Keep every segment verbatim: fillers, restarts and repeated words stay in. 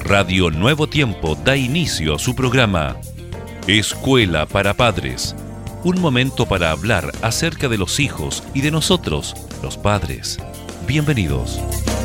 Radio Nuevo Tiempo da inicio a su programa Escuela para Padres. Un momento para hablar acerca de los hijos y de nosotros, los padres. Bienvenidos.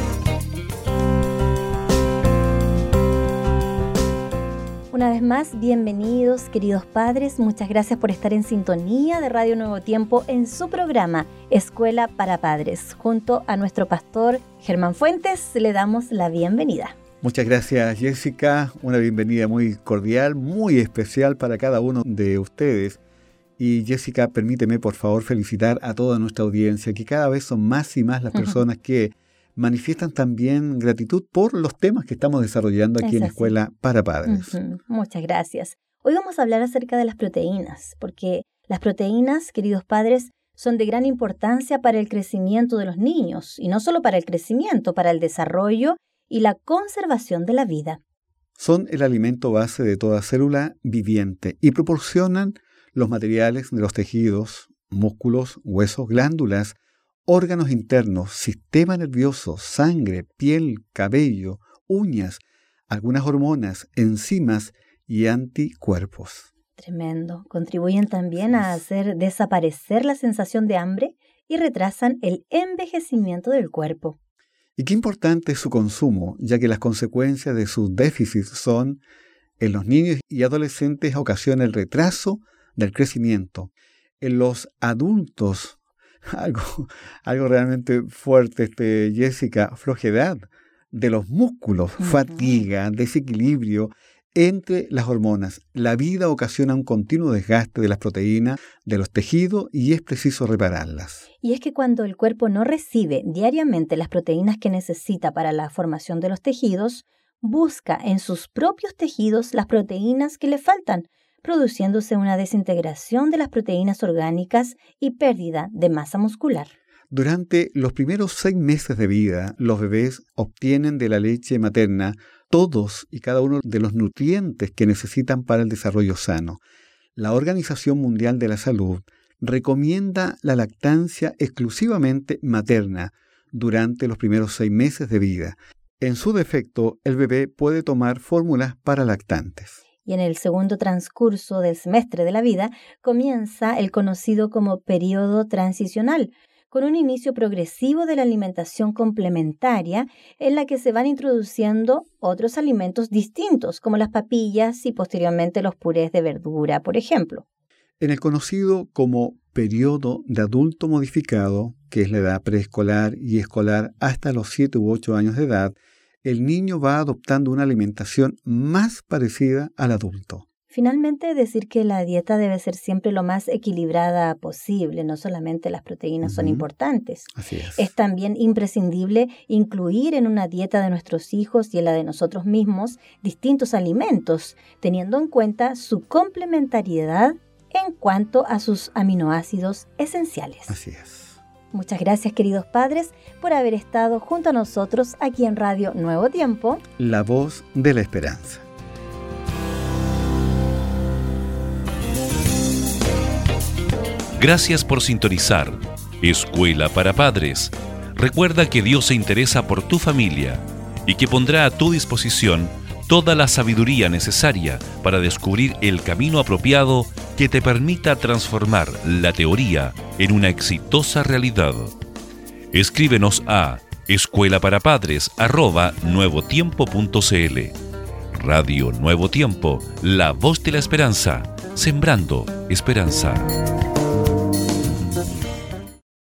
Una vez más, bienvenidos, queridos padres. Muchas gracias por estar en sintonía de Radio Nuevo Tiempo en su programa Escuela para Padres. Junto a nuestro pastor Germán Fuentes, le damos la bienvenida. Muchas gracias, Jessica. Una bienvenida muy cordial, muy especial para cada uno de ustedes. Y Jessica, permíteme por favor felicitar a toda nuestra audiencia, que cada vez son más y más las personas uh-huh. que manifiestan también gratitud por los temas que estamos desarrollando aquí en Escuela para Padres. Uh-huh. Muchas gracias. Hoy vamos a hablar acerca de las proteínas, porque las proteínas, queridos padres, son de gran importancia para el crecimiento de los niños, y no solo para el crecimiento, para el desarrollo y la conservación de la vida. Son el alimento base de toda célula viviente y proporcionan los materiales de los tejidos, músculos, huesos, glándulas, órganos internos, sistema nervioso, sangre, piel, cabello, uñas, algunas hormonas, enzimas y anticuerpos. Tremendo. Contribuyen también a hacer desaparecer la sensación de hambre y retrasan el envejecimiento del cuerpo. Y qué importante es su consumo, ya que las consecuencias de sus déficits son, en los niños y adolescentes, ocasiona el retraso del crecimiento. En los adultos, algo, algo realmente fuerte, este, Jessica, flojedad de los músculos, uh-huh. fatiga, desequilibrio entre las hormonas. La vida ocasiona un continuo desgaste de las proteínas, de los tejidos, y es preciso repararlas. Y es que cuando el cuerpo no recibe diariamente las proteínas que necesita para la formación de los tejidos, busca en sus propios tejidos las proteínas que le faltan, produciéndose una desintegración de las proteínas orgánicas y pérdida de masa muscular. Durante los primeros seis meses de vida, los bebés obtienen de la leche materna todos y cada uno de los nutrientes que necesitan para el desarrollo sano. La Organización Mundial de la Salud recomienda la lactancia exclusivamente materna durante los primeros seis meses de vida. En su defecto, el bebé puede tomar fórmulas para lactantes. Y en el segundo transcurso del semestre de la vida comienza el conocido como periodo transicional, con un inicio progresivo de la alimentación complementaria en la que se van introduciendo otros alimentos distintos, como las papillas y posteriormente los purés de verdura, por ejemplo. En el conocido como periodo de adulto modificado, que es la edad preescolar y escolar hasta los siete u ocho años de edad, el niño va adoptando una alimentación más parecida al adulto. Finalmente, decir que la dieta debe ser siempre lo más equilibrada posible. No solamente las proteínas uh-huh. son importantes. Así es. Es también imprescindible incluir en una dieta de nuestros hijos y en la de nosotros mismos distintos alimentos, teniendo en cuenta su complementariedad en cuanto a sus aminoácidos esenciales. Así es. Muchas gracias, queridos padres, por haber estado junto a nosotros aquí en Radio Nuevo Tiempo. La voz de la esperanza. Gracias por sintonizar Escuela para Padres. Recuerda que Dios se interesa por tu familia y que pondrá a tu disposición toda la sabiduría necesaria para descubrir el camino apropiado que te permita transformar la teoría en una exitosa realidad. Escríbenos a escuelaparapadres arroba nuevotiempo punto cl. Radio Nuevo Tiempo, la voz de la esperanza, sembrando esperanza.